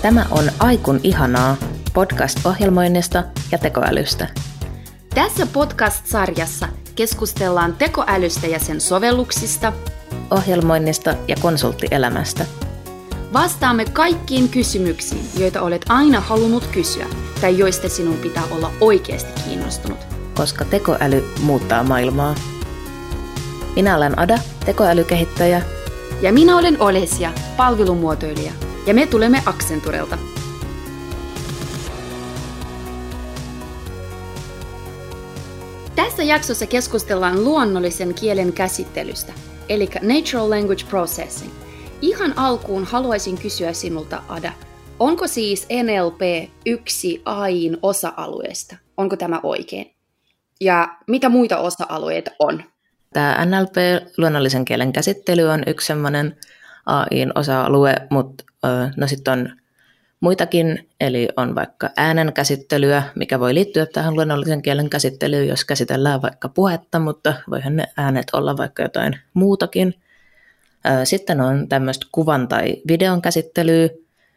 Tämä on Aikun ihanaa, podcast ohjelmoinnista ja tekoälystä. Tässä podcast-sarjassa keskustellaan tekoälystä ja sen sovelluksista, ohjelmoinnista ja konsulttielämästä. Vastaamme kaikkiin kysymyksiin, joita olet aina halunnut kysyä tai joista sinun pitää olla oikeasti kiinnostunut. Koska tekoäly muuttaa maailmaa. Minä olen Ada, tekoälykehittäjä. Ja minä olen Olesia, palvelumuotoilija. Ja me tulemme Accenturelta. Tässä jaksossa keskustellaan luonnollisen kielen käsittelystä, eli Natural Language Processing. Ihan alkuun haluaisin kysyä sinulta, Ada, onko siis NLP yksi AI:n osa-alueesta? Onko tämä oikein? Ja mitä muita osa-alueita on? Tämä NLP, luonnollisen kielen käsittely, on yksi semmoinen AI:n osa-alue, mutta no sitten on muitakin, eli on vaikka äänenkäsittelyä, mikä voi liittyä tähän luonnollisen kielen käsittelyyn, jos käsitellään vaikka puhetta, mutta voihan ne äänet olla vaikka jotain muutakin. Sitten on tämmöistä kuvan tai videon käsittelyä.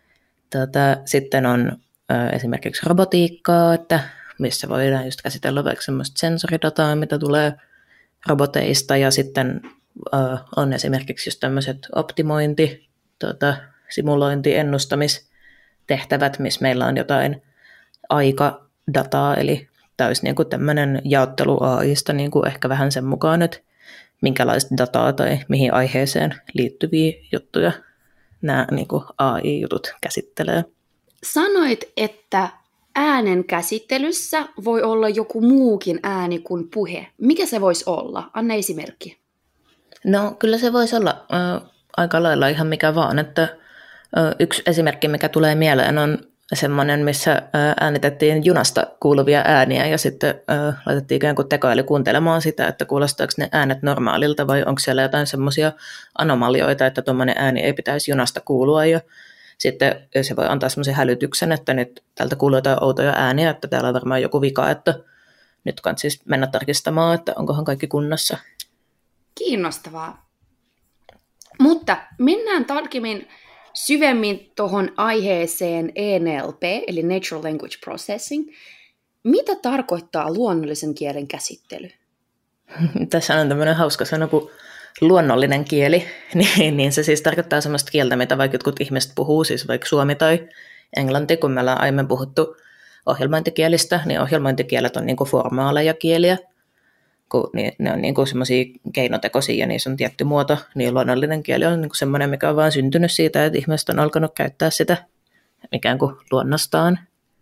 Sitten on esimerkiksi robotiikkaa, että missä voidaan just käsitellä vaikka semmoista sensoridataa, mitä tulee roboteista, ja sitten on esimerkiksi just tämmöiset optimointi, simulointi, ennustamistehtävät, missä meillä on jotain aikadataa, eli tämä olisi niin kuin tämmöinen jaottelu AI:sta niin kuin ehkä vähän sen mukaan, että minkälaista dataa tai mihin aiheeseen liittyviä juttuja nämä niin kuin AI-jutut käsittelee. Sanoit, että äänen käsittelyssä voi olla joku muukin ääni kuin puhe. Mikä se voisi olla? Anna esimerkki. No kyllä se voisi olla aika lailla ihan mikä vaan, että yksi esimerkki, mikä tulee mieleen, on semmoinen, missä äänitettiin junasta kuuluvia ääniä ja sitten laitettiin ikään kuin tekoäly kuuntelemaan sitä, että kuulostaako ne äänet normaalilta vai onko siellä jotain semmoisia anomalioita, että tuommoinen ääni ei pitäisi junasta kuulua, ja sitten se voi antaa semmoisen hälytyksen, että nyt täältä kuuluu jotain outoja ääniä, että täällä on varmaan joku vika, että nyt kannattaa siis mennä tarkistamaan, että onkohan kaikki kunnossa. Kiinnostavaa. Mutta mennään tarkemmin syvemmin tuohon aiheeseen NLP, eli Natural Language Processing. Mitä tarkoittaa luonnollisen kielen käsittely? Tässä on tämmöinen hauska sana kuin luonnollinen kieli, niin se siis tarkoittaa semmoista kieltä, mitä vaikka jotkut ihmiset puhuu, siis vaikka suomi tai englanti, kun me ollaan aiemmin puhuttu ohjelmointikielistä, niin ohjelmointikielet on niin kuin formaaleja kieliä, kun ne on niin kuin semmoisia keinotekoisia ja niissä on tietty muoto, niin luonnollinen kieli on niin kuin semmoinen, mikä on vaan syntynyt siitä, että ihmiset on alkanut käyttää sitä ikään kuin luonnostaan.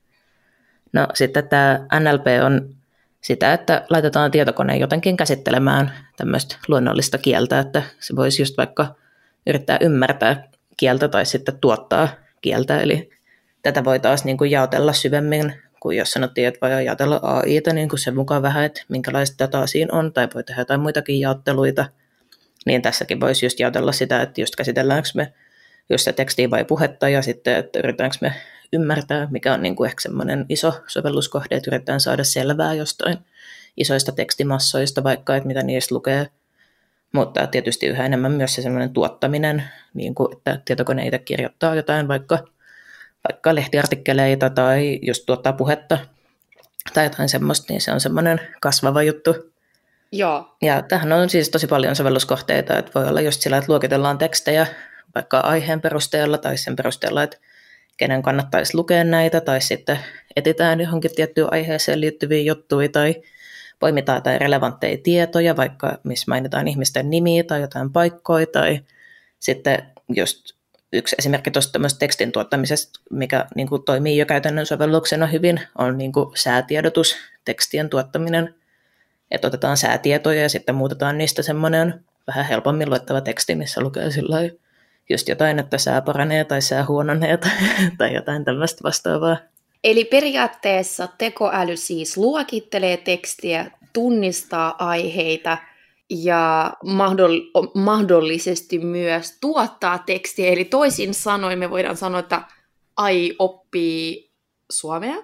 No sitten tämä NLP on sitä, että laitetaan tietokone jotenkin käsittelemään tämmöistä luonnollista kieltä, että se voisi just vaikka yrittää ymmärtää kieltä tai sitten tuottaa kieltä, eli tätä voi taas niin kuin jaotella syvemmin, kun jos sanottiin, että voi ajatella AI:ta niin kuin sen mukaan vähän, että minkälaista dataa siinä on, tai voi tehdä jotain muitakin jaotteluita, niin tässäkin voisi just jaotella sitä, että just käsitelläänkö me just se tekstiä vai puhetta, ja sitten, että yritetäänkö me ymmärtää, mikä on niin kuin ehkä semmoinen iso sovelluskohde, että yritetään saada selvää jostain isoista tekstimassoista vaikka, että mitä niistä lukee, mutta tietysti yhä enemmän myös se semmoinen tuottaminen, niin kuin, että tietokone itse kirjoittaa jotain vaikka lehtiartikkeleita tai just tuottaa puhetta tai jotain semmoista, niin se on semmoinen kasvava juttu. Joo. Ja tähän on siis tosi paljon sovelluskohteita, että voi olla just sillä, että luokitellaan tekstejä vaikka aiheen perusteella tai sen perusteella, että kenen kannattaisi lukea näitä, tai sitten etsitään johonkin tiettyyn aiheeseen liittyviä juttuja, tai poimitaan jotain relevantteja tietoja, vaikka missä mainitaan ihmisten nimiä tai jotain paikkoja, tai sitten just yksi esimerkki tuosta tämmöistä tekstin tuottamisesta, mikä niin kuin toimii jo käytännön sovelluksena hyvin, on niin kuin säätiedotus, tekstien tuottaminen, että otetaan säätietoja ja sitten muutetaan niistä semmoinen vähän helpommin luettava teksti, missä lukee sillä just jotain, että sää paranee tai sää huononee tai jotain tämmöistä vastaavaa. Eli periaatteessa tekoäly siis luokittelee tekstiä, tunnistaa aiheita ja mahdollisesti myös tuottaa tekstiä. Eli toisin sanoen me voidaan sanoa, että AI oppii suomea?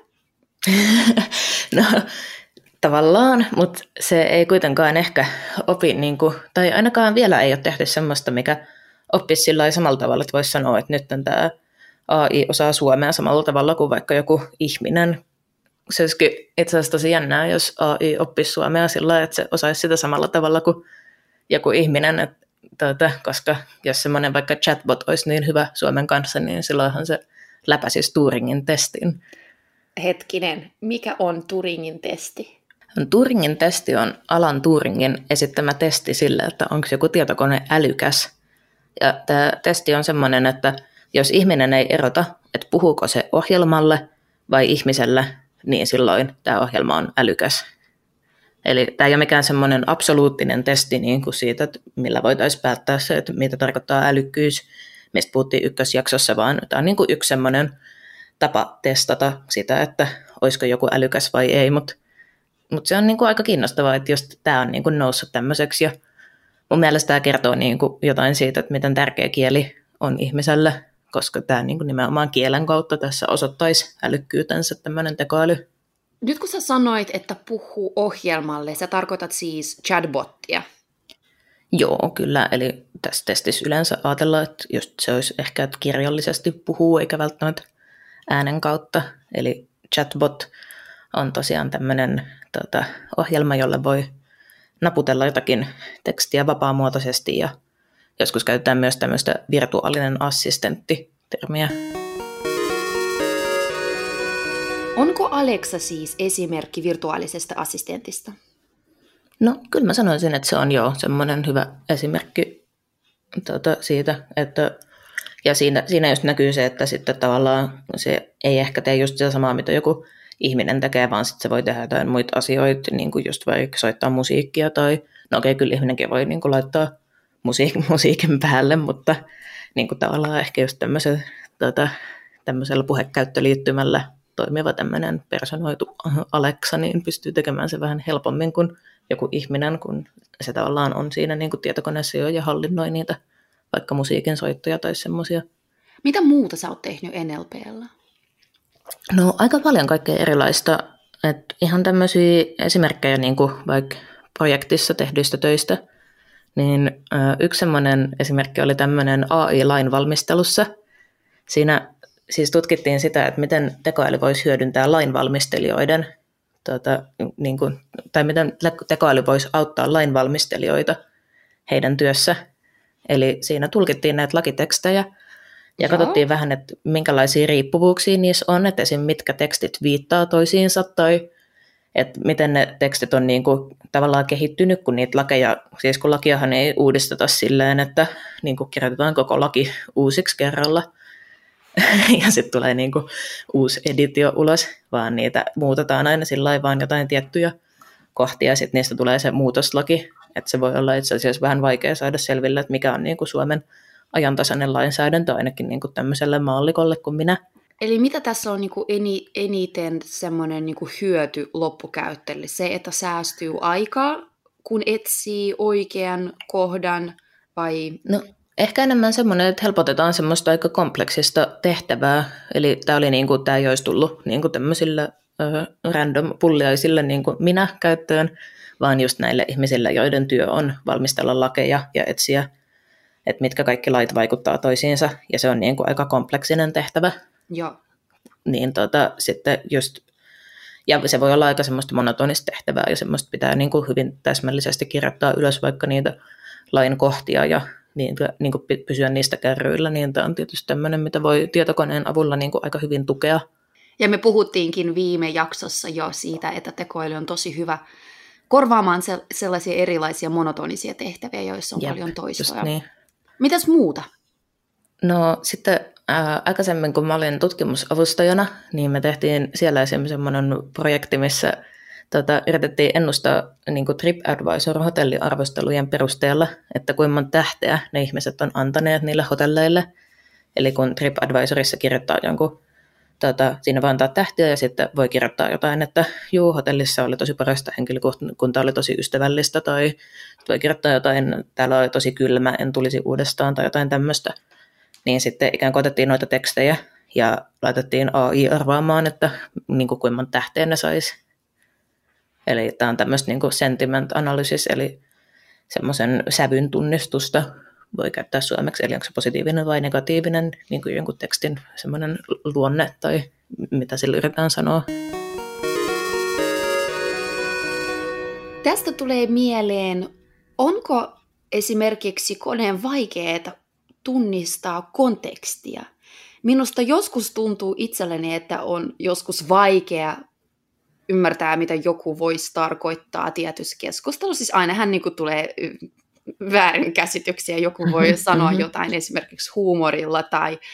No tavallaan, mutta se ei kuitenkaan ehkä opi, niin kuin, tai ainakaan vielä ei ole tehty semmoista, mikä oppisi sillä samalla tavalla, että voisi sanoa, että nyt on tämä AI osaa suomea samalla tavalla kuin vaikka joku ihminen. Se olisikin itse asiassa tosi jännää, jos AI oppisi suomea sillä lailla, että se osaisi sitä samalla tavalla kuin joku ihminen. Koska jos semmoinen vaikka chatbot olisi niin hyvä suomen kanssa, niin silloinhan se läpäisisi Turingin testin. Hetkinen, mikä on Turingin testi? Turingin testi on Alan Turingin esittämä testi sille, että onko joku tietokone älykäs. Ja tämä testi on semmoinen, että jos ihminen ei erota, että puhuuko se ohjelmalle vai ihmiselle, niin silloin tämä ohjelma on älykäs. Eli tämä ei ole mikään semmoinen absoluuttinen testi niin kuin siitä, että millä voitaisiin päättää se, että mitä tarkoittaa älykkyys, mistä puhuttiin ykkösjaksossa, vaan tämä on niin kuin yksi semmoinen tapa testata sitä, että olisiko joku älykäs vai ei, mutta se on niin kuin aika kiinnostavaa, että jos tämä on niin kuin noussut tämmöiseksi, ja mun mielestä tämä kertoo niin kuin jotain siitä, että miten tärkeä kieli on ihmiselle, koska tämä niin kuin nimenomaan kielen kautta tässä osoittaisi älykkyytensä tämmöinen tekoäly. Nyt kun sä sanoit, että puhuu ohjelmalle, sä tarkoitat siis chatbottia? Joo, kyllä. Eli tässä testissä yleensä ajatellaan, että just se olisi ehkä, että kirjallisesti puhuu, eikä välttämättä äänen kautta. Eli chatbot on tosiaan tämmöinen ohjelma, jolle voi naputella jotakin tekstiä vapaamuotoisesti, ja joskus käytetään myös tämmöistä virtuaalinen assistentti-termiä. Onko Alexa siis esimerkki virtuaalisesta assistentista? No, kyllä mä sanoisin, että se on semmoinen hyvä esimerkki siitä, että ja siinä just näkyy se, että sitten tavallaan se ei ehkä tee just sitä samaa, mitä joku ihminen tekee, vaan sitten se voi tehdä jotain muita asioita, niin kuin just vaikka soittaa musiikkia tai, no okei, kyllä ihminenkin voi niin kuin laittaa musiikin päälle, mutta niin kuin tavallaan ehkä just tämmöisellä puhekäyttöliittymällä toimiva tämmöinen personoitu Alexa, niin pystyy tekemään se vähän helpommin kuin joku ihminen, kun se tavallaan on siinä niin kuin tietokoneessa jo ja hallinnoi niitä vaikka musiikin soittoja tai semmoisia. Mitä muuta sä oot tehnyt NLP:llä? No aika paljon kaikkea erilaista. Et ihan tämmöisiä esimerkkejä niin kuin vaikka projektissa tehdyistä töistä. Niin yksi semmoinen esimerkki oli tämmöinen AI-lainvalmistelussa. Siinä siis tutkittiin sitä, että miten tekoäly voisi hyödyntää lainvalmistelijoiden, tai miten tekoäly voisi auttaa lainvalmistelijoita heidän työssä. Eli siinä tulkittiin näitä lakitekstejä ja katsottiin vähän, että minkälaisia riippuvuuksia niissä on, että esimerkiksi mitkä tekstit viittaa toisiinsa tai että miten ne tekstit on niin kuin tavallaan kehittynyt, kun niitä lakeja, siis kun lakiahan ei uudisteta silleen, että niin kuin kirjoitetaan koko laki uusiksi kerralla ja sitten tulee niin kuin uusi editio ulos, vaan niitä muutetaan aina sillä lailla vaan jotain tiettyjä kohtia ja sitten niistä tulee se muutoslaki, että se voi olla itse asiassa vähän vaikea saada selville, että mikä on niin kuin Suomen ajantasainen lainsäädäntö ainakin niin kuin tämmöiselle maallikolle kuin minä. Eli mitä tässä on niin kuin eniten semmoinen niin kuin hyöty loppukäyttäjälle? Se, että säästyy aikaa, kun etsii oikean kohdan vai? No ehkä enemmän semmoinen, että helpotetaan semmoista aika kompleksista tehtävää. Eli tämä ei olisi tullut niin kuin tämmöisillä random pulliaisille niin kuin minä käyttöön, vaan just näille ihmisille, joiden työ on valmistella lakeja ja etsiä, että mitkä kaikki lait vaikuttaa toisiinsa. Ja se on niin kuin aika kompleksinen tehtävä. Joo. Niin sitten just, ja se voi olla aika semmoista monotonista tehtävää ja semmoista pitää niin kuin hyvin täsmällisesti kirjoittaa ylös vaikka niitä lain kohtia ja niin kuin pysyä niistä kärryillä, niin tämä on tietysti tämmöinen, mitä voi tietokoneen avulla niin kuin aika hyvin tukea. Ja me puhuttiinkin viime jaksossa jo siitä, että tekoäly on tosi hyvä korvaamaan sellaisia erilaisia monotonisia tehtäviä, joissa on paljon toistoja. Niin. Mitäs muuta? No sitten aikaisemmin, kun mä olin tutkimusavustajana, niin me tehtiin siellä esimerkiksi semmoinen projekti, missä yritettiin ennustaa niin kuin TripAdvisor-hotelliarvostelujen perusteella, että kuinka monta tähteä ne ihmiset on antaneet niille hotelleille. Eli kun TripAdvisorissa kirjoittaa jonkun, siinä voi antaa tähtiä ja sitten voi kirjoittaa jotain, että juu, hotellissa oli tosi parasta henkilökunta oli tosi ystävällistä, tai voi kirjoittaa jotain, täällä oli tosi kylmä, en tulisi uudestaan, tai jotain tämmöistä. Niin sitten ikään kuin otettiin noita tekstejä ja laitettiin AI arvaamaan, että niin kuin kuinka monta tähteä ne saisi. Eli tämä on tämmöistä niin kuin sentiment analysis, eli semmoisen sävyn tunnistusta, voi käyttää suomeksi, eli onko se positiivinen vai negatiivinen, niin kuin jonkun tekstin semmoinen luonne tai mitä sillä yritetään sanoa. Tästä tulee mieleen, onko esimerkiksi koneen vaikeaa tunnistaa kontekstia? Minusta joskus tuntuu itselleni, että on joskus vaikea ymmärtää, mitä joku voisi tarkoittaa tietyssä keskustelussa. Siis ainahan niin kuin tulee väärinkäsityksiä. Joku voi sanoa jotain esimerkiksi huumorilla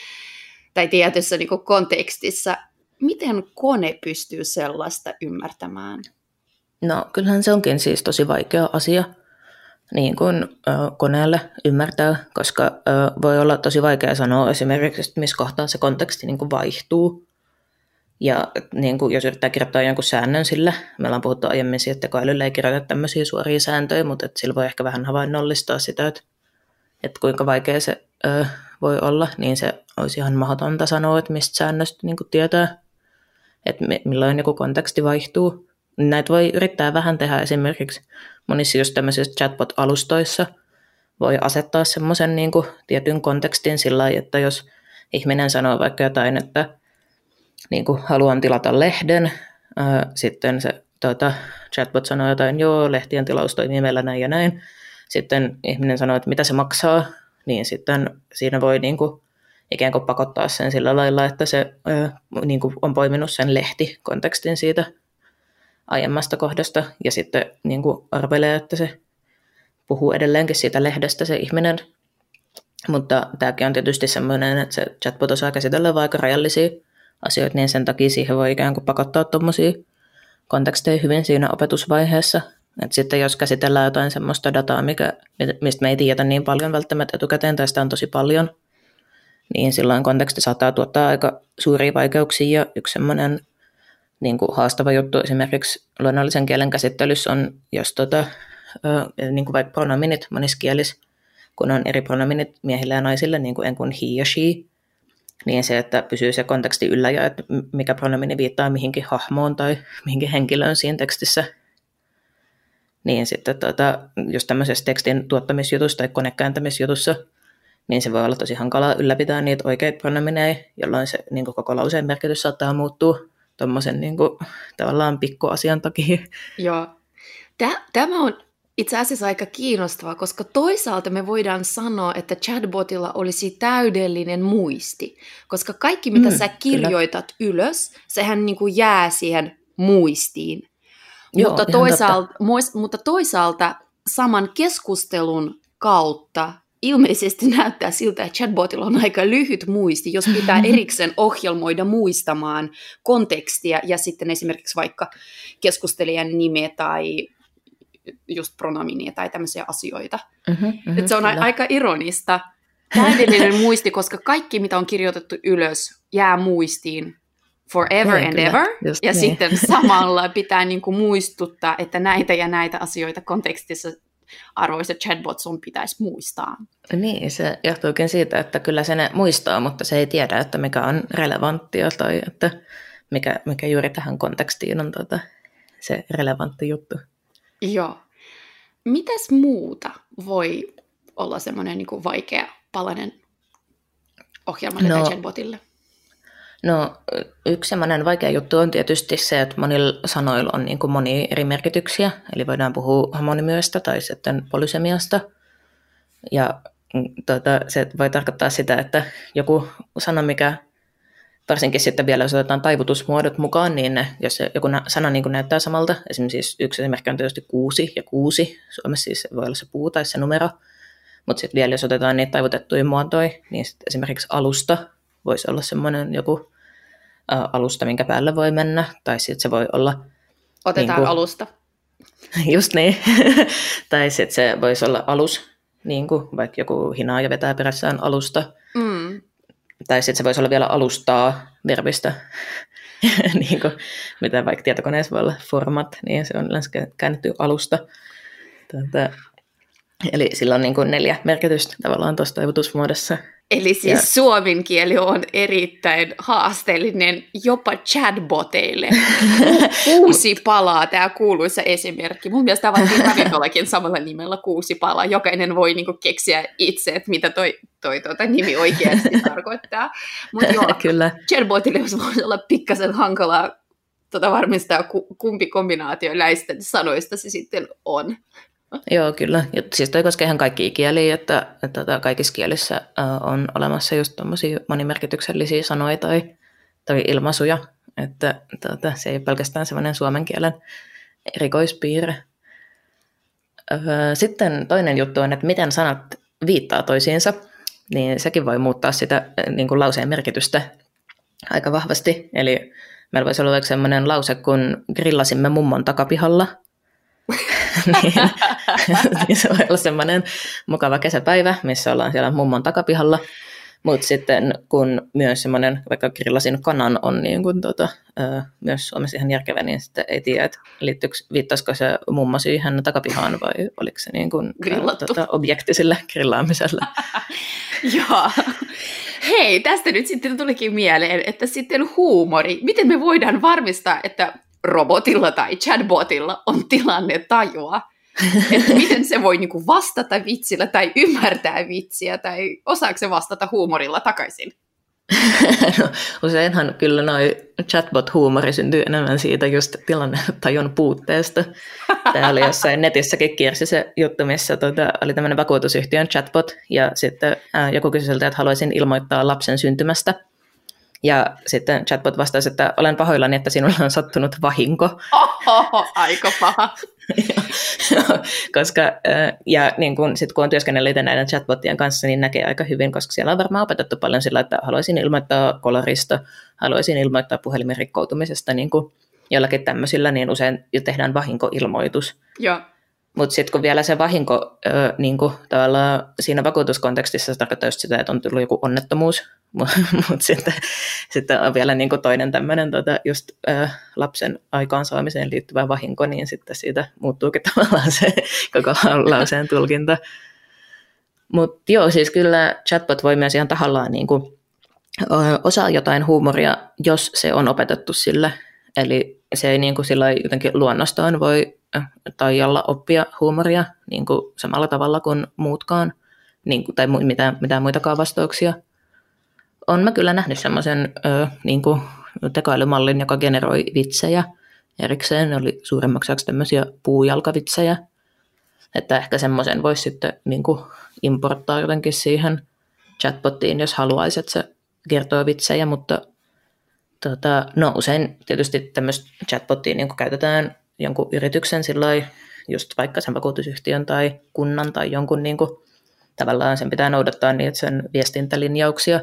tai tietyssä niin kuin kontekstissa. Miten kone pystyy sellaista ymmärtämään? No kyllähän se onkin siis tosi vaikea asia niin kuin koneelle ymmärtää, koska voi olla tosi vaikea sanoa esimerkiksi, että missä kohtaa se konteksti niin kuin vaihtuu. Ja niin kuin, jos yrittää kirjoittaa jonkun säännön sillä, meillä on puhuttu aiemmin siitä, että tekoälyllä ei kirjoita tämmöisiä suoria sääntöjä, mutta että sillä voi ehkä vähän havainnollistaa sitä, että kuinka vaikea se voi olla, niin se olisi ihan mahdotonta sanoa, että mistä säännöstä niin kuin tietää, että milloin joku konteksti vaihtuu. Näitä voi yrittää vähän tehdä esimerkiksi monissa just tämmöisissä chatbot-alustoissa, voi asettaa semmoisen niin kuin tietyn kontekstin sillä lailla, että jos ihminen sanoo vaikka jotain, että niin kuin haluan tilata lehden, sitten se chatbot sanoo jotain, joo, lehtien tilaus toimii meillä näin ja näin. Sitten ihminen sanoo, että mitä se maksaa, niin sitten siinä voi niin kuin ikään kuin pakottaa sen sillä lailla, että se niin kuin on poiminut sen lehtikontekstin siitä aiemmasta kohdasta ja sitten niin kuin arvelee, että se puhuu edelleenkin siitä lehdestä se ihminen. Mutta tämäkin on tietysti semmoinen, että se chatbot osaa käsitellä vaikka rajallisia asioita, niin sen takia siihen voi ikään kuin pakottaa tuommoisia konteksteja hyvin siinä opetusvaiheessa. Et sitten jos käsitellään jotain semmoista dataa, mistä me ei tiedä niin paljon välttämättä etukäteen, tai sitä on tosi paljon, niin silloin konteksti saattaa tuottaa aika suuria vaikeuksia. Ja yksi semmoinen niin kuin haastava juttu esimerkiksi luonnollisen kielen käsittelyssä on, jos niin kuin vaikka pronominit monissa kielissä, kun on eri pronominit miehille ja naisille, niin kuin en kuin he ja she, niin se, että pysyy se konteksti yllä ja että mikä pronomini viittaa mihinkin hahmoon tai mihinkin henkilöön siinä tekstissä, niin sitten jos tämmöisessä tekstin tuottamisjutussa tai konekääntämisjutussa, niin se voi olla tosi hankalaa ylläpitää niitä oikeita pronomineja, jolloin se niin kuin koko lauseen merkitys saattaa muuttua tuommoisen niin kuin tavallaan pikkuasian takia. Joo. Tämä on itse asiassa aika kiinnostavaa, koska toisaalta me voidaan sanoa, että chatbotilla olisi täydellinen muisti, koska kaikki mitä sä kirjoitat ylös, sehän niin kuin jää siihen muistiin. Joo, mutta toisaalta saman keskustelun kautta ilmeisesti näyttää siltä, että chatbotilla on aika lyhyt muisti, jos pitää erikseen ohjelmoida muistamaan kontekstia ja sitten esimerkiksi vaikka keskustelijan nimeä tai just pronominia tai tämmöisiä asioita. Että se on aika ironista. Täydellinen muisti, koska kaikki, mitä on kirjoitettu ylös, jää muistiin forever and ever. Ja niin. Sitten samalla pitää niinku muistuttaa, että näitä ja näitä asioita kontekstissa arvoiset chatbots sun pitäisi muistaa. Niin, se johtuukin siitä, että kyllä se ne muistaa, mutta se ei tiedä, että mikä on relevanttia tai että mikä juuri tähän kontekstiin on se relevantti juttu. Joo. Mitäs muuta voi olla semmoinen niin kuin vaikea palanen ohjelmalle tai chatbotille? No, yksi semmoinen vaikea juttu on tietysti se, että monilla sanoilla on niin kuin monia eri merkityksiä, eli voidaan puhua homonymyöstä tai sitten polysemiasta. Ja se voi tarkoittaa sitä, että joku sana, mikä varsinkin sitten vielä, jos otetaan taivutusmuodot mukaan, niin jos joku sana niin kuin näyttää samalta, esimerkiksi yksi esimerkki on tietysti kuusi ja kuusi, Suomessa siis voi olla se puu tai se numero, mutta sitten vielä jos otetaan niitä taivutettuja muotoja, niin esimerkiksi alusta voisi olla semmoinen joku alusta, minkä päälle voi mennä, tai sitten se voi olla... Otetaan niin kuin, alusta. Just niin. Tai sitten se voisi olla alus, niin kuin vaikka joku hinaa ja vetää perässään alusta. Tai sitten se voisi olla vielä alustaa verbistä, niin kuin, mitä vaikka tietokoneessa voi olla format, niin se on yleensä käännetty alusta. Eli sillä on niin kuin 4 merkitystä tavallaan tuossa toivotusmuodossa. Eli siis suomen kieli on erittäin haasteellinen jopa chatboteille. 6 palaa, tämä kuuluisa esimerkki. Mun mielestä avattiin ravintolakin samalla nimellä 6 palaa. Jokainen voi niinku keksiä itse, että mitä toi nimi oikeasti tarkoittaa. Mutta joo, Kyllä. chatbotille voisi olla pikkasen hankalaa varmistaa, kumpi kombinaatio näistä sanoista se sitten on. Joo, kyllä. Ja siis toi koskee ihan kaikkia kieliä, että kaikissa kielissä on olemassa just tommosia monimerkityksellisiä sanoja tai ilmaisuja, että se ei ole pelkästään semmoinen suomen kielen erikoispiirre. Sitten toinen juttu on, että miten sanat viittaa toisiinsa, niin sekin voi muuttaa sitä niin kuin lauseen merkitystä aika vahvasti. Eli meillä voisi olla vaikka semmoinen lause, kun grillasimme mummon takapihalla, niin se voi olla semmoinen mukava kesäpäivä, missä ollaan siellä mummon takapihalla, mutta sitten kun myös semmoinen, vaikka grillasin kanan on niin kuin myös Suomessa ihan järkevä, niin sitten ei tiedä, että viittaisiko se mummo siihen takapihaan vai oliko se niin kuin objekti sille grillaamiselle. Joo. Hei, tästä nyt sitten tulikin mieleen, että sitten huumori. Miten me voidaan varmistaa, että robotilla tai chatbotilla on tilannetajua? Että miten se voi niinku vastata vitsillä tai ymmärtää vitsiä tai osaako se vastata huumorilla takaisin? No, useinhan kyllä noi chatbot-huumori syntyy enemmän siitä just tilannetajun puutteesta. Tämä oli jossain netissäkin kiersi se juttu, missä oli tämmöinen vakuutusyhtiön chatbot ja sitten joku kysyi siltä, että haluaisin ilmoittaa lapsen syntymästä. Ja sitten chatbot vastasi, että olen pahoillani, että sinulle on sattunut vahinko. Aika paha. Koska, ja niin kun on työskennellyt näiden chatbotien kanssa, niin näkee aika hyvin, koska siellä on varmaan opetettu paljon sillä, että haluaisin ilmoittaa kolarista, haluaisin ilmoittaa puhelimen rikkoutumisesta niin kuin jollakin tämmöisillä, niin usein jo tehdään vahinkoilmoitus. Joo. Mutta sitten kun vielä se vahinko niin kuin tavallaan siinä vakuutuskontekstissa se tarkoittaa just sitä, että on tullut joku onnettomuus, mutta sitten on vielä niin kuin toinen tämmöinen just lapsen aikaansaamiseen liittyvä vahinko, niin sitten siitä muuttuukin tavallaan se koko lauseen tulkinta. Mutta joo, siis kyllä chatbot voi myös ihan tahallaan niin kuin osaa jotain huumoria, jos se on opetettu sille. Eli se ei niin kuin sillä jotenkin luonnostaan voi taijalla oppia huumoria niin kuin samalla tavalla kuin muutkaan, niin kuin, tai mitään muitakaan vastauksia. Olen mä kyllä nähnyt semmoisen niin kuin tekoälymallin, joka generoi vitsejä erikseen. Ne oli suurimmaksi tämmöisiä puujalkavitsejä. Että ehkä semmoisen voisi sitten niin kuin importtaa jotenkin siihen chatbottiin, jos haluaisi, että se kertoo vitsejä, mutta no usein tietysti tämmöistä chatbottia niin kuin käytetään jonkun yrityksen sillai, just vaikka sen vakuutusyhtiön tai kunnan tai jonkun niin kuin, tavallaan sen pitää noudattaa niitä sen viestintälinjauksia.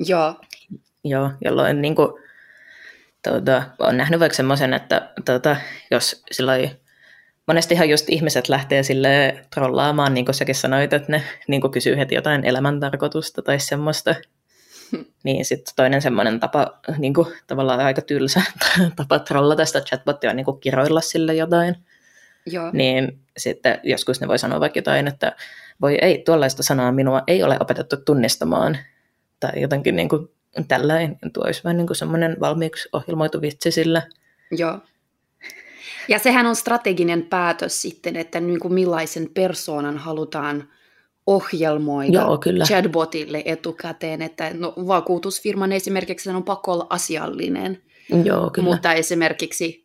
Joo, jolloin niin kuin, olen nähnyt vaikka semmoisen, että jos sillai, monestihan just ihmiset lähtee sille trollaamaan, niin kuin säkin sanoit, että ne niin kuin kysyy heti jotain elämäntarkoitusta tai semmoista. Niin sitten toinen semmoinen tapa, niin kuin, tavallaan aika tylsä tapa trollata sitä chatbottia on niin kuin kiroilla sille jotain. Joo. Niin sitten joskus ne voi sanoa vaikka jotain, että voi ei, tuollaista sanaa minua ei ole opetettu tunnistamaan. Tai jotenkin niin kuin tällainen, tuo olisi vähän niin kuin semmoinen valmiiksi ohjelmoitu vitsi sillä. Joo. Ja sehän on strateginen päätös sitten, että niin kuin millaisen persoonan halutaan ohjelmoida chatbotille etukäteen, että no, vakuutusfirman esimerkiksi sen on pakko olla asiallinen. Joo, kyllä. Mutta esimerkiksi,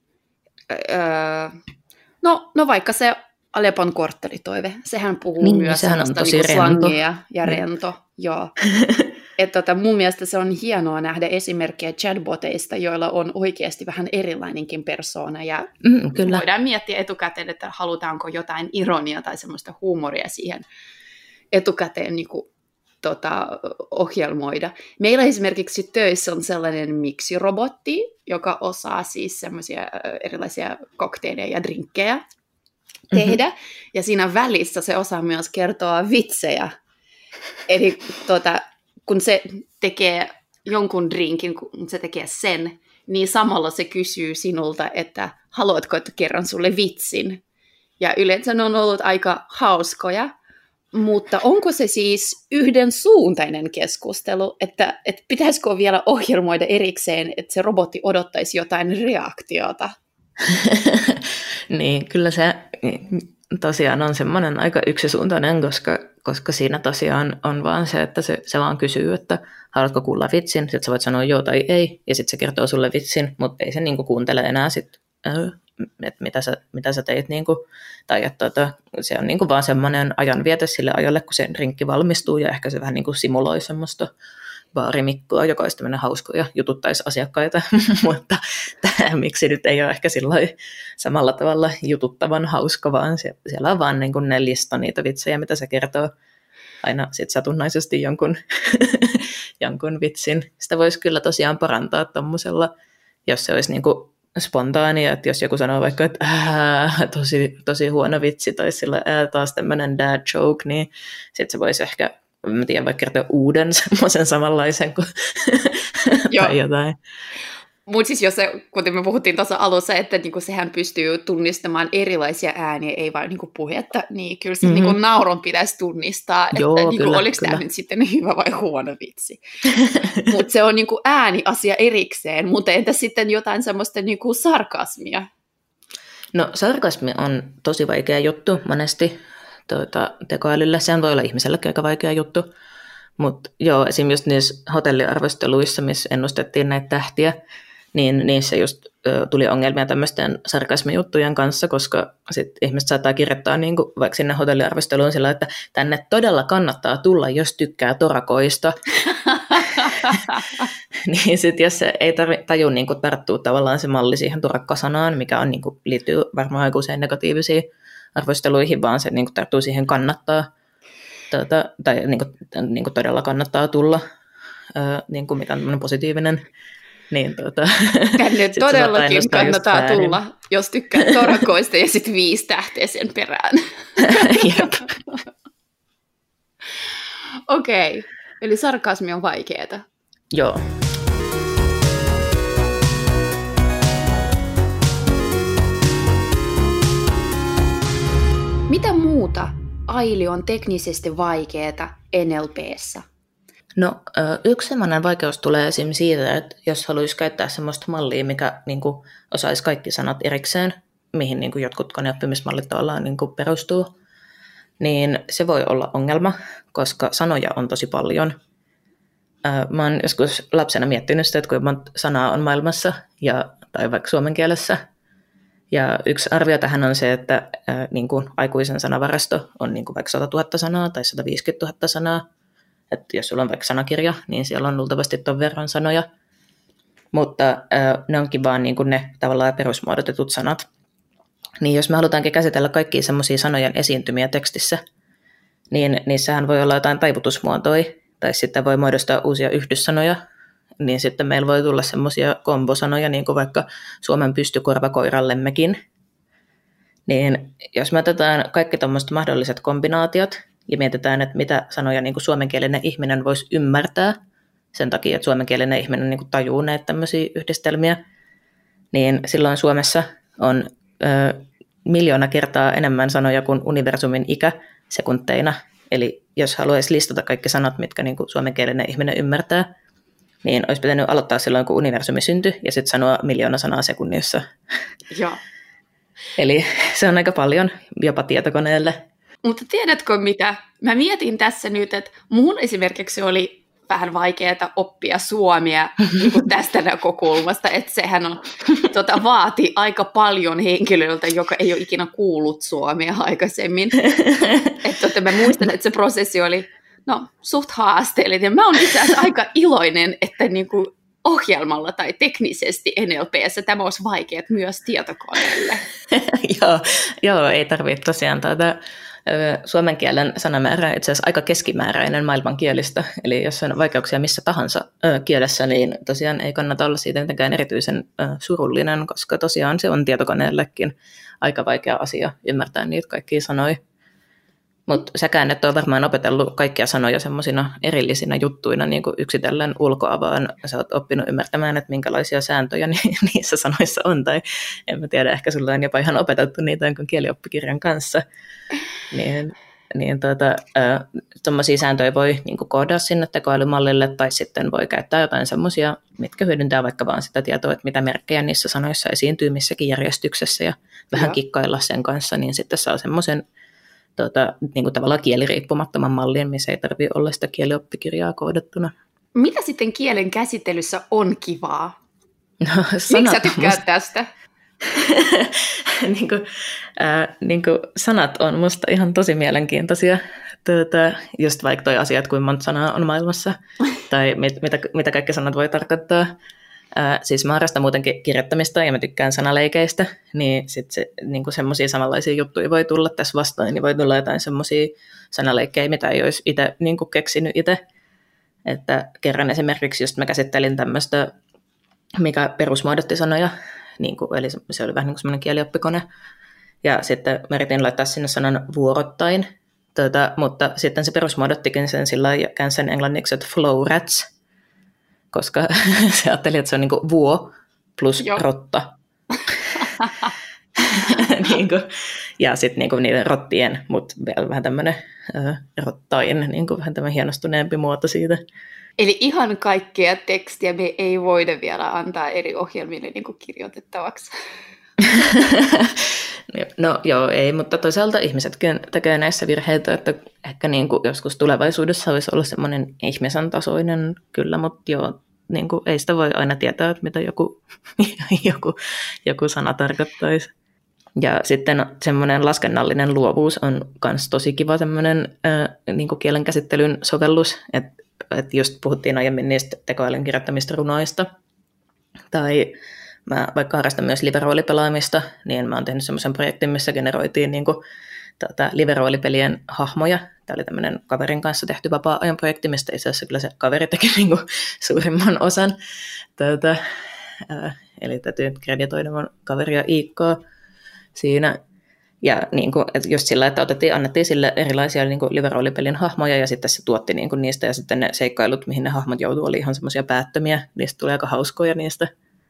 no vaikka se Alepon korttelitoive, sehän puhuu niin, myös sellaista niin slangia ja rento. Joo. Että mun mielestä se on hienoa nähdä esimerkkejä chatboteista, joilla on oikeasti vähän erilainenkin persoona. Ja kyllä. Voidaan miettiä etukäteen, että halutaanko jotain ironiaa tai semmoista huumoria siihen etukäteen niin kuin, ohjelmoida. Meillä esimerkiksi töissä on sellainen miksirobotti, joka osaa siis semmoisia erilaisia kokteileja ja drinkkejä tehdä. Ja siinä välissä se osaa myös kertoa vitsejä. Eli kun se tekee jonkun drinkin, kun se tekee sen, niin samalla se kysyy sinulta, että haluatko, että kerran sulle vitsin. Ja yleensä ne on ollut aika hauskoja, Mutta onko se siis yhdensuuntainen keskustelu, että pitäisikö vielä ohjelmoida erikseen, että se robotti odottaisi jotain reaktiota? Niin, kyllä se tosiaan on semmoinen aika yksisuuntainen, koska siinä tosiaan on vaan se, että se vaan kysyy, että haluatko kuulla vitsin, sitten sä voit sanoa joo tai ei, ja sitten se kertoo sulle vitsin, mutta ei se niinku kuuntele enää sit, että mitä sä teit, niinku, tai että se on niinku vaan semmoinen ajanviete sille ajalle, kun se rinkki valmistuu, ja ehkä se vähän niinku simuloi semmoista baarimikkoa, joka olisi tämmöinen hauska ja jututtaisi asiakkaita, mutta miksi nyt ei ole ehkä samalla tavalla jututtavan hauska, vaan siellä on vaan niin kuin ne lista niitä vitsejä, mitä se kertoo aina sit satunnaisesti jonkun vitsin. Sitä voisi kyllä tosiaan parantaa tommosella, jos se olisi niin kuin spontaania, että jos joku sanoo vaikka, että tosi huono vitsi, tai sillä taas tämmöinen dad joke, niin sitten se voisi ehkä, mä tiedän, vaikka kertoa uuden semmoisen samanlaisen kuin tai jotain. Mutta siis kuten me puhuttiin tuossa alussa, että niinku sehän pystyy tunnistamaan erilaisia ääniä, ei vain niinku puhetta, niin kyllä se niinku nauron pitäisi tunnistaa, Joo, että niinku, oliko tämä nyt sitten hyvä vai huono vitsi. Mutta se on niinku ääniasia erikseen, mutta entä sitten jotain semmoista niinku sarkasmia? No sarkasmi on tosi vaikea juttu monesti tekoälyllä. Sehän voi olla ihmisellekin aika vaikea juttu. Mutta joo, esimerkiksi just niissä hotelliarvosteluissa, missä ennustettiin näitä tähtiä, niin niissä just tuli ongelmia tämmöisten sarkasmijuttujen kanssa, koska sit ihmiset saattaa kirjoittaa niinku vaikka sinne hotelliarvosteluun sillä, että tänne todella kannattaa tulla, jos tykkää torakoista. Niin sitten jos se ei taju niinku tarttua tavallaan se malli siihen torakkasanaan, mikä on, niinku, liittyy varmaan aikuiseen negatiivisiin arvosteluihin, vaan se niinku tarttuu siihen kannattaa. Tai niinku todella kannattaa tulla, niinku mikä on positiivinen. Niin, tänne todellakin kannattaa tulla, jos tykkää torakoista ja sitten 5 tähteä sen perään. Jep. Okei, eli sarkasmi on vaikeeta. Joo. Mitä muuta Aili on teknisesti vaikeeta NLP:ssä? No yksi sellainen vaikeus tulee esimerkiksi siitä, että jos haluaisi käyttää sellaista mallia, mikä niin kuin, osaisi kaikki sanat erikseen, mihin niin kuin, jotkut koneoppimismallit tavallaan niin kuin, perustuu, niin se voi olla ongelma, koska sanoja on tosi paljon. Mä oon joskus lapsena miettinyt sitä, että kuinka monta sanaa on maailmassa, tai vaikka suomen kielessä. Ja yksi arvio tähän on se, että niin kuin, aikuisen sanavarasto on niin kuin, vaikka 100 000 sanaa tai 150 000 sanaa. Että jos sulla on vaikka sanakirja, niin siellä on luultavasti ton verran sanoja. Mutta ne onkin vaan niin kuin ne tavallaan perusmuodotetut sanat. Niin jos me halutaankin käsitellä kaikkia semmoisia sanojen esiintymiä tekstissä, niin niissähän voi olla jotain taivutusmuotoja, tai sitten voi muodostaa uusia yhdyssanoja, niin sitten meillä voi tulla semmoisia kombosanoja, niin kuin vaikka Suomen pystykorvakoirallemmekin. Niin jos me otetaan kaikki tuommoiset mahdolliset kombinaatiot, ja mietitään, että mitä sanoja niin kuin suomenkielinen ihminen voisi ymmärtää, sen takia, että suomenkielinen ihminen niin kuin tajuu näitä tämmöisiä yhdistelmiä, niin silloin Suomessa on 1,000,000 kertaa enemmän sanoja kuin universumin ikä sekunteina. Eli jos haluaisi listata kaikki sanat, mitkä niin kuin suomenkielinen ihminen ymmärtää, niin olisi pitänyt aloittaa silloin, kun universumi syntyi, ja sitten sanoa 1,000,000 sanaa sekunnissa. Joo. Eli se on aika paljon, jopa tietokoneelle. Mutta tiedätkö mitä? Mä mietin tässä nyt, että mun esimerkiksi oli vähän vaikeaa oppia suomea niin kuin tästä näkökulmasta, että sehän on, vaati aika paljon henkilöltä, joka ei ole ikinä kuullut suomea aikaisemmin. Että mä muistan, että se prosessi oli suht haasteellinen. Ja mä oon itse asiassa aika iloinen, että niin kuin ohjelmalla tai teknisesti NLP:ssä tämä olisi vaikeaa myös tietokoneelle. Joo, ei tarvitse tosiaan suomen kielen sanamäärä itse asiassa aika keskimääräinen maailmankielistä, eli jos on vaikeuksia missä tahansa kielessä, niin tosiaan ei kannata olla siitä mitenkään erityisen surullinen, koska tosiaan se on tietokoneellekin aika vaikea asia ymmärtää niitä kaikkia sanoja. Mutta säkään et ole varmaan opetellut kaikkia sanoja semmoisina erillisinä juttuina niin kuin yksitellen ulkoa, vaan sä oot oppinut ymmärtämään, että minkälaisia sääntöjä niissä sanoissa on. Tai en mä tiedä, ehkä sulla on jopa ihan opetettu niitä jonkun kielioppikirjan kanssa. Niin tuommoisia sääntöjä voi niin kuin koodata sinne tekoälymallille, tai sitten voi käyttää jotain semmoisia, mitkä hyödyntää vaikka vaan sitä tietoa, että mitä merkkejä niissä sanoissa esiintyy missäkin järjestyksessä, ja vähän kikkailla sen kanssa, niin sitten saa semmoisen niin kuin tavallaan kieliriippumattoman mallin, missä ei tarvitse olla sitä kielioppikirjaa koodattuna. Mitä sitten kielen käsittelyssä on kivaa? No, miksi sä tykkäät tästä? niin kuin sanat on musta ihan tosi mielenkiintoisia. Just vaikka toi asiat, kuinka monta sanaa on maailmassa, tai mitä kaikki sanat voi tarkoittaa. Siis mä harrastan muutenkin kirjoittamista ja mä tykkään sanaleikeistä, niin sitten niin semmoisia samanlaisia juttuja voi tulla tässä vastaan, niin voi tulla jotain semmoisia sanaleikkejä, mitä ei olisi itse niin keksinyt itse. Että kerran esimerkiksi just mä käsittelin tämmöistä, mikä perusmuodotti sanoja, niin kuin, eli se oli vähän niin kuin semmoinen kielioppikone, ja sitten mä yritin laittaa sinne sanan vuorottain, mutta sitten se perusmuodottikin sen sillä lailla, käänsi sen englanniksi, että flow rats, koska se ajatteli, että se on niin kuin vuo plus rotta. niin kuin, ja sitten niin kuin niiden rottien, mutta vielä vähän tämmöinen rottain, niin kuin vähän tämmöinen hienostuneempi muoto siitä. Eli ihan kaikkea tekstiä me ei voida vielä antaa eri ohjelmille niin kuin kirjoitettavaksi. No joo, ei, mutta toisaalta ihmisetkin tekee näissä virheitä, että ehkä niin kuin joskus tulevaisuudessa voisi olla semmoinen ihmisen tasoinen kyllä, mutta joo, niin kuin ei sitä voi aina tietää, että mitä joku sana tarkoittaisi. Ja sitten semmoinen laskennallinen luovuus on myös tosi kiva semmoinen niin kuin kielenkäsittelyn sovellus, että just puhuttiin aiemmin niistä tekoälyn kirjoittamista runoista, tai mä vaikka harrastan myös live-roolipelaamista, niin mä oon tehnyt semmoisen projektin, missä generoitiin niin kuin, live-roolipelien hahmoja. Tämä oli tämmöinen kaverin kanssa tehty vapaa-ajan projekti, mistä itse asiassa kyllä se kaveri teki niin kuin suurimman osan. Eli täytyy kreditoida mun kaveria Iikkoa siinä. Ja niin kuin, että just sillä, että annettiin sille erilaisia niin kuin live-roolipelin hahmoja, ja sitten se tuotti niin kuin niistä, ja sitten ne seikkailut, mihin ne hahmot joutuu, oli ihan semmoisia päättömiä. Niistä tuli aika hauskoja niistä.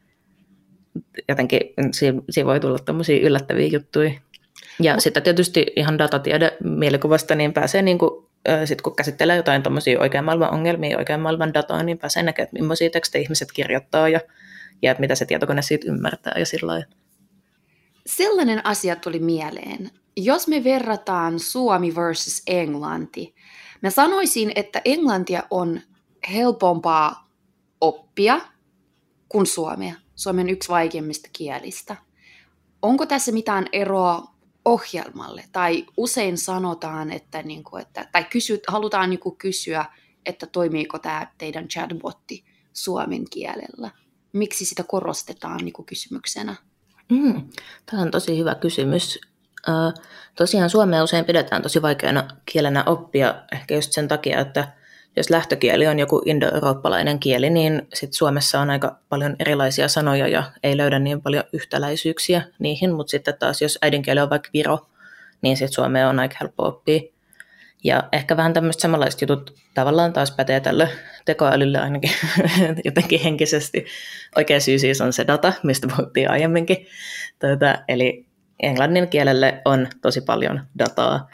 Jotenkin siinä voi tulla tämmöisiä yllättäviä juttuja. Ja sitten tietysti ihan datatiede mielikuvasta, niin pääsee, niin kuin, sit kun käsittelee jotain tämmöisiä oikean maailman ongelmia, oikean maailman dataa, niin pääsee näkemään, että millaisia tekstejä ihmiset kirjoittaa, ja että mitä se tietokone siitä ymmärtää, ja sillä lailla. Sellainen asia tuli mieleen. Jos me verrataan Suomi versus Englanti, mä sanoisin, että englantia on helpompaa oppia kuin suomea. Suomi on yksi vaikeimmista kielistä. Onko tässä mitään eroa ohjelmalle? Tai usein sanotaan, että halutaan kysyä, että toimiiko tämä teidän chatbotti suomen kielellä. Miksi sitä korostetaan kysymyksenä? Tämä on tosi hyvä kysymys. Tosiaan suomea usein pidetään tosi vaikeana kielenä oppia, ehkä just sen takia, että jos lähtökieli on joku indo-eurooppalainen kieli, niin sit Suomessa on aika paljon erilaisia sanoja ja ei löydä niin paljon yhtäläisyyksiä niihin, mutta sitten taas jos äidinkieli on vaikka viro, niin sitten suomea on aika helppo oppia. Ja ehkä vähän tämmöiset samanlaiset jutut tavallaan taas pätee tälle tekoälylle ainakin jotenkin henkisesti. Oikea syy siis on se data, mistä puhuttiin aiemminkin. Eli englannin kielelle on tosi paljon dataa.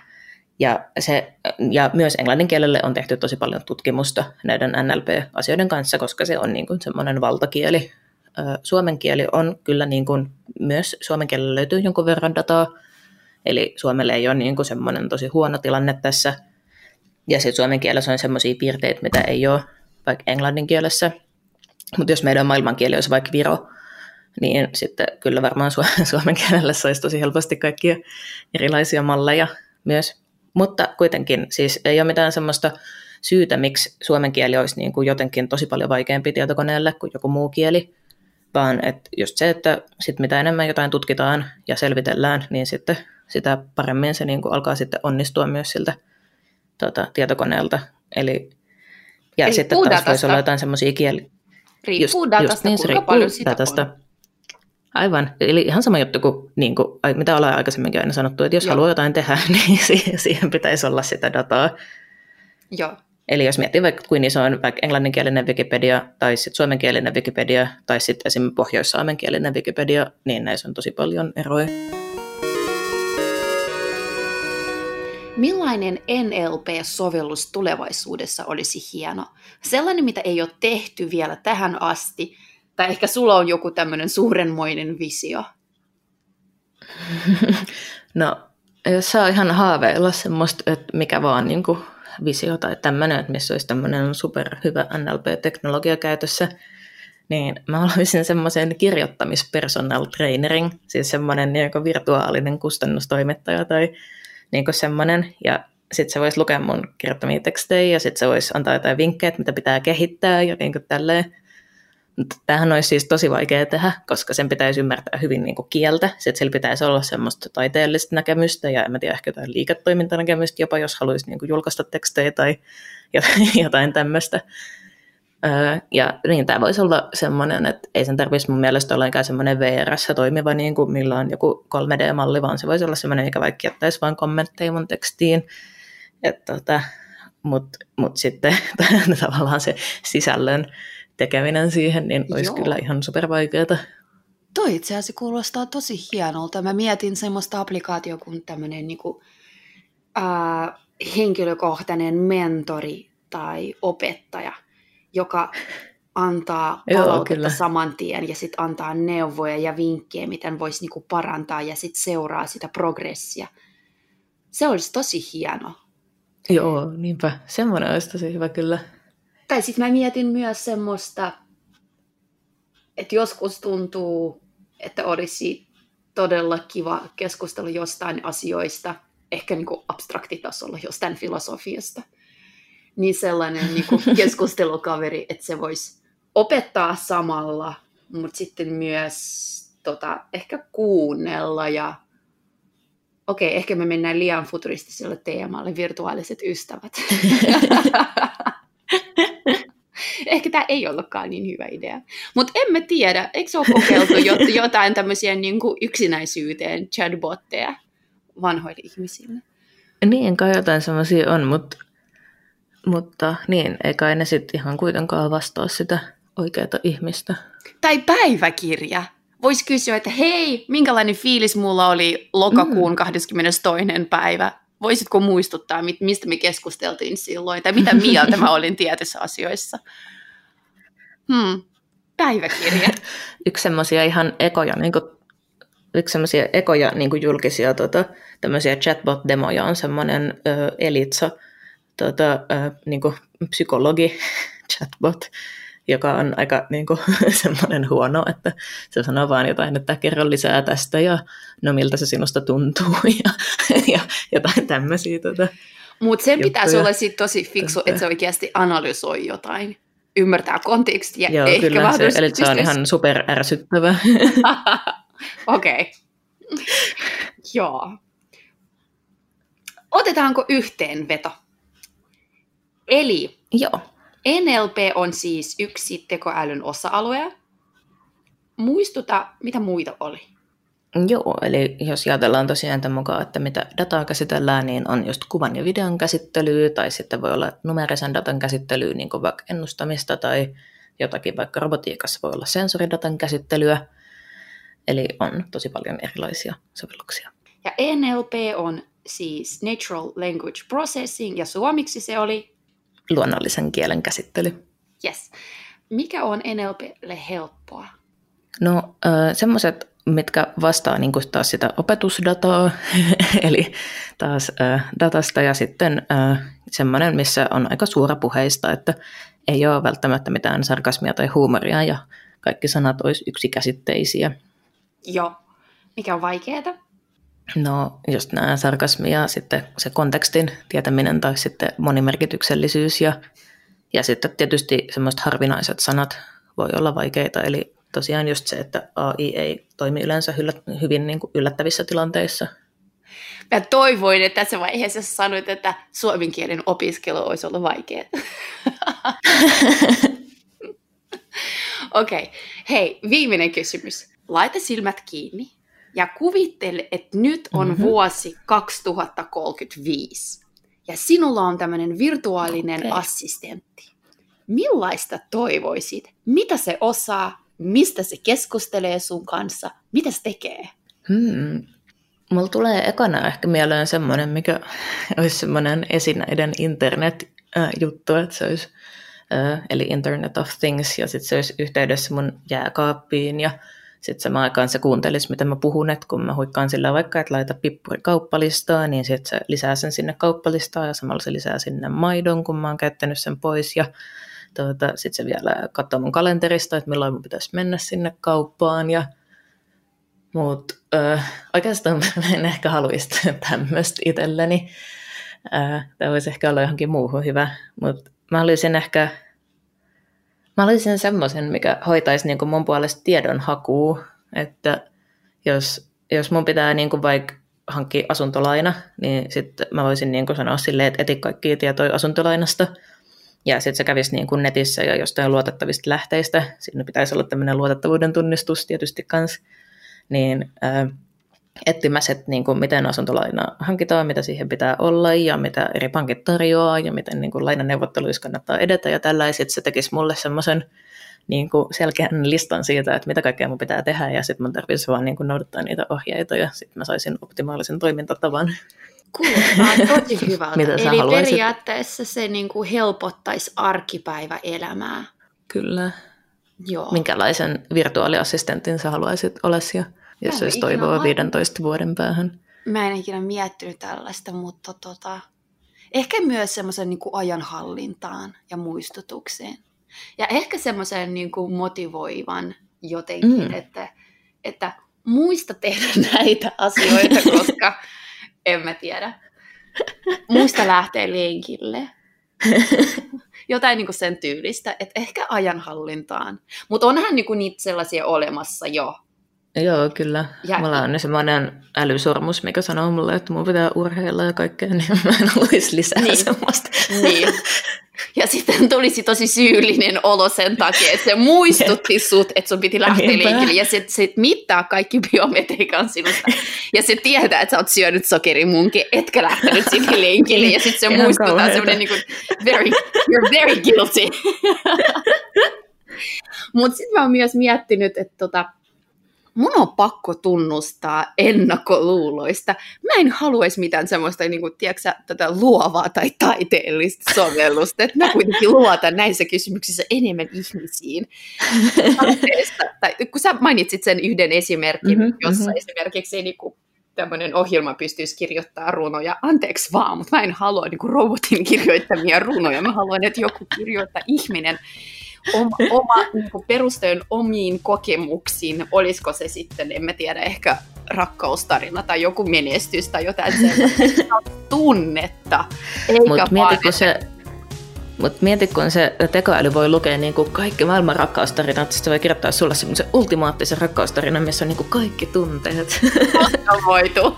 Ja myös englannin kielelle on tehty tosi paljon tutkimusta näiden NLP-asioiden kanssa, koska se on niin kuin semmoinen valtakieli. Suomen kieli on kyllä, niin kuin, myös suomen kielellä löytyy jonkun verran dataa, eli Suomelle ei ole niin kuin semmoinen tosi huono tilanne tässä. Ja sitten suomen kielessä on semmoisia piirteitä, mitä ei ole vaikka englannin kielessä. Mutta jos meidän maailmankieli olisi vaikka viro, niin sitten kyllä varmaan suomen kielellä saisi tosi helposti kaikkia erilaisia malleja myös. Mutta kuitenkin siis ei ole mitään semmoista syytä, miksi suomen kieli olisi niin kuin jotenkin tosi paljon vaikeampi tietokoneelle kuin joku muu kieli, vaan että just se, että sit mitä enemmän jotain tutkitaan ja selvitellään, niin sitten sitä paremmin se niin kuin alkaa sitten onnistua myös siltä tietokoneelta. Eli sitten taas datasta. Voisi olla jotain semmoisia kieliä. Riippuu datasta, niin, kuinka paljon sitä datasta on. Aivan. Eli ihan sama juttu kuin, mitä ollaan aikaisemminkin aina sanottu, että jos haluaa jotain tehdä, niin siihen pitäisi olla sitä dataa. Joo. Eli jos miettii vaikka kuin iso on vaikka englanninkielinen Wikipedia, tai sitten suomenkielinen Wikipedia, tai sitten esimerkiksi pohjoissaamenkielinen Wikipedia, niin näissä on tosi paljon eroja. Millainen NLP-sovellus tulevaisuudessa olisi hieno? Sellainen, mitä ei ole tehty vielä tähän asti, tai ehkä sulla on joku tämmöinen suurenmoinen visio. No, jos saa ihan haaveilla semmoista, että mikä vaan niin kuin visio tai tämmöinen, että missä olisi tämmöinen superhyvä NLP-teknologia käytössä, niin mä haluaisin semmoisen kirjoittamispersonal trainerin, siis semmoinen niin kuin virtuaalinen kustannustoimittaja tai niin kuin semmoinen, ja sitten se voisi lukea mun kirjoittamia tekstejä, ja sitten se voisi antaa jotain vinkkejä, mitä pitää kehittää, ja niin kuin tälleen. Tämähän olisi siis tosi vaikea tehdä, koska sen pitäisi ymmärtää hyvin niin kuin kieltä. Sitten sillä pitäisi olla semmoista taiteellista näkemystä ja en mä tiedä, ehkä jotain liiketoimintanäkemystä jopa, jos haluaisi niin kuin julkaista tekstejä tai jotain tämmöistä. Ja niin tämä voisi olla semmoinen, että ei sen tarvitsisi mun mielestä ollenkaan semmoinen VR:ssä toimiva, niin kuin millä on joku 3D-malli, vaan se voisi olla semmoinen, mikä vaikka jättäisi vain kommentteja mun tekstiin. Mutta sitten tavallaan se sisällön tekeminen siihen, niin olisi kyllä ihan supervaikeaa. Toi itse asiassa kuulostaa tosi hienolta. Mä mietin semmoista applikaatio kuin tämmöinen henkilökohtainen mentori tai opettaja, joka antaa palautetta saman tien ja sitten antaa neuvoja ja vinkkejä, miten voisi parantaa ja sitten seuraa sitä progressia. Se olisi tosi hieno. Joo, niinpä. Semmoinen olisi tosi hyvä kyllä. Tai sitten mä mietin myös semmoista, että joskus tuntuu, että olisi todella kiva keskustella jostain asioista, ehkä abstraktitasolla jostain filosofiasta. Niin sellainen keskustelukaveri, että se voisi opettaa samalla, mutta sitten myös ehkä kuunnella ja okei, ehkä me mennään liian futuristiselle teemalle, virtuaaliset ystävät. Ehkä tämä ei ollutkaan niin hyvä idea. Mutta en mä tiedä, eikö se ole kokeiltu jotain tämmöisiä yksinäisyyteen chatbotteja vanhoille ihmisille? Niin, kai jotain semmoisia on, mutta niin, ei kai ne sitten ihan kuitenkaan vastaa sitä oikeaa ihmistä. Tai päiväkirja. Voisi kysyä, että hei, minkälainen fiilis mulla oli lokakuun 22. päivä? Voisitko muistuttaa, mistä me keskusteltiin silloin, tai mitä mieltä mä olin tietyissä asioissa? Päiväkirja. Yksi semmoisia ihan ekoja julkisia tämmöisiä chatbot-demoja on semmoinen Elitsa psykologi chatbot, joka on aika semmoinen huono, että se sanoo vaan jotain, että kerro lisää tästä ja no miltä se sinusta tuntuu ja jotain tämmöisiä. Mutta sen pitäisi olla sit tosi fiksu, että se oikeasti analysoi jotain, ymmärtää kontekstia. Joo, ehkä kyllä se, eli se on ihan super ärsyttävä. Okei. Joo. Otetaanko yhteenveto? Eli joo. NLP on siis yksi tekoälyn osa-alue. Muistuta, mitä muita oli? Joo, eli jos ajatellaan tosiaan tämän mukaan, että mitä dataa käsitellään, niin on just kuvan ja videon käsittelyä, tai sitten voi olla numeerisen datan käsittelyä, niin kuin vaikka ennustamista, tai jotakin vaikka robotiikassa voi olla sensoridatan käsittelyä. Eli on tosi paljon erilaisia sovelluksia. Ja NLP on siis Natural Language Processing, ja suomeksi se oli? Luonnollisen kielen käsittely. Yes. Mikä on NLPlle helppoa? No semmoiset, mitkä vastaa niin kuin taas sitä opetusdataa, eli taas datasta, ja sitten semmoinen, missä on aika suorapuheista, että ei ole välttämättä mitään sarkasmia tai huumoria, ja kaikki sanat olisi yksikäsitteisiä. Joo. Mikä on vaikeaa? No just nämä sarkasmia, sitten se kontekstin tietäminen tai sitten monimerkityksellisyys ja sitten tietysti semmoiset harvinaiset sanat voi olla vaikeita, eli tosiaan just se, että AI ei toimi yleensä hyvin niin kuin yllättävissä tilanteissa. Mä toivoin, että tässä vaiheessa sanoit, että suomen kielen opiskelu olisi ollut vaikeaa. Okei. Hei, viimeinen kysymys. Laita silmät kiinni ja kuvittele, että nyt on vuosi 2035 ja sinulla on tämmöinen virtuaalinen assistentti. Millaista toivoisit? Mitä se osaa? Mistä se keskustelee sun kanssa? Mitä se tekee? Mulla tulee ekana ehkä mieleen semmoinen, mikä olisi semmoinen esinäiden internet-juttu, että se olisi, eli Internet of Things, ja sitten se olisi yhteydessä mun jääkaappiin, ja sitten samaan aikaan se kuuntelisi, mitä mä puhun, että kun mä huikkaan sillä vaikka, että laita pippuri kauppalistaa, niin sitten se lisää sen sinne kauppalistaan, ja samalla se lisää sinne maidon, kun mä oon käyttänyt sen pois, ja sitten se vielä katsoo mun kalenterista, että milloin mun pitäisi mennä sinne kauppaan, mutta oikeastaan mä en ehkä haluaisi tämmöistä itselleni. Tämä voisi ehkä olla johonkin muuhun hyvä, mutta mä haluaisin semmoisen, mikä hoitaisi niin kuin mun puolesta tiedonhakua, että jos mun pitää niin kuin vaikka hankkia asuntolaina, niin sitten mä voisin niin kuin sanoa silleen, että eti kaikkia tietoja asuntolainasta, ja sitten se kävisi niin kuin netissä ja jostain luotettavista lähteistä. Siinä pitäisi olla tämmöinen luotettavuuden tunnistus tietysti kanssa. Niin etsimässä, että niin kuin miten asuntolaina hankitaan, mitä siihen pitää olla ja mitä eri pankit tarjoaa ja miten niin kuin lainaneuvotteluissa kannattaa edetä ja tällaiset. Se tekisi mulle semmoisen niin kuin selkeän listan siitä, että mitä kaikkea mun pitää tehdä ja sitten mun tarvitsisi vaan niin kuin noudattaa niitä ohjeita ja sitten mä saisin optimaalisen toimintatavan. Kuulostaa tosi hyvältä. Mitä sä Eli haluaisit? periaatteessa se niin kuin helpottaisi arkipäiväelämää. Kyllä. Joo. Minkälaisen virtuaaliassistentin sä haluaisit Olesja, jos olisi toivoa 15 vuoden päähän? Mä en ikinä miettinyt tällaista, mutta ehkä myös semmoisen niin kuin ajanhallintaan ja muistutukseen. Ja ehkä semmoisen niin kuin motivoivan jotenkin, että muista tehdä näitä asioita, koska en mä tiedä. Muista lähteä lenkille. Jotain niin kuin sen tyylistä, että ehkä ajanhallintaan. Mutta onhan niin kuin niitä sellaisia olemassa jo. Joo, kyllä. Mulla on semmoinen älysormus, mikä sanoo mulle, että mun pitää urheilla ja kaikkea, niin mä en olisi lisää semmoista. Niin. Ja sitten tulisi tosi syyllinen olo sen takia, että se muistutti sut, että sun piti lähteä lenkille. Ja se mittaa kaikki biometriikan sinusta. Ja se tietää, että sä oot syönyt sokerimunkin, etkä lähtenyt sinne lenkille. Ja sitten se muistuttaa semmoinen niin kuin, you're very guilty. Mutta sitten mä oon myös miettinyt, että mun on pakko tunnustaa ennakkoluuloista. Mä en haluaisi mitään semmoista, niin kuin, tiedätkö, tätä luovaa tai taiteellista sovellusta. Että mä kuitenkin luotan näissä kysymyksissä enemmän ihmisiin. Tai, kun sä mainitsit sen yhden esimerkin, jossa esimerkiksi niin kuin, tämmöinen ohjelma pystyisi kirjoittamaan runoja. Anteeksi vaan, mutta mä en halua niin kuin robotin kirjoittamia runoja. Mä haluan, että joku kirjoittaa ihminen oma niin kuin perusteen omiin kokemuksiin, olisiko se sitten, en mä tiedä, ehkä rakkaustarina tai joku menestys tai jotain sellaista tunnetta. Mutta mieti, kun se tekoäly voi lukea niin kuin kaikki maailman rakkaustarinat, se voi kirjoittaa sulle semmoisen ultimaattisen rakkaustarinan, missä on niin kuin kaikki tunteet. Voitu.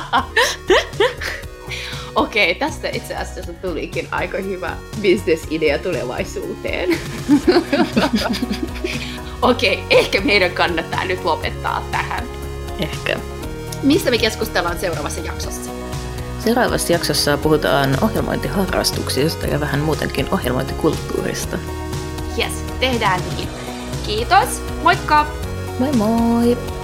Okei, tästä itse asiassa tulikin aika hyvä business-idea tulevaisuuteen. Okei, ehkä meidän kannattaa nyt lopettaa tähän. Ehkä. Mistä me keskustellaan seuraavassa jaksossa? Seuraavassa jaksossa puhutaan ohjelmointiharrastuksista ja vähän muutenkin ohjelmointikulttuurista. Jes, tehdään niin. Kiitos, moikka! Moi moi!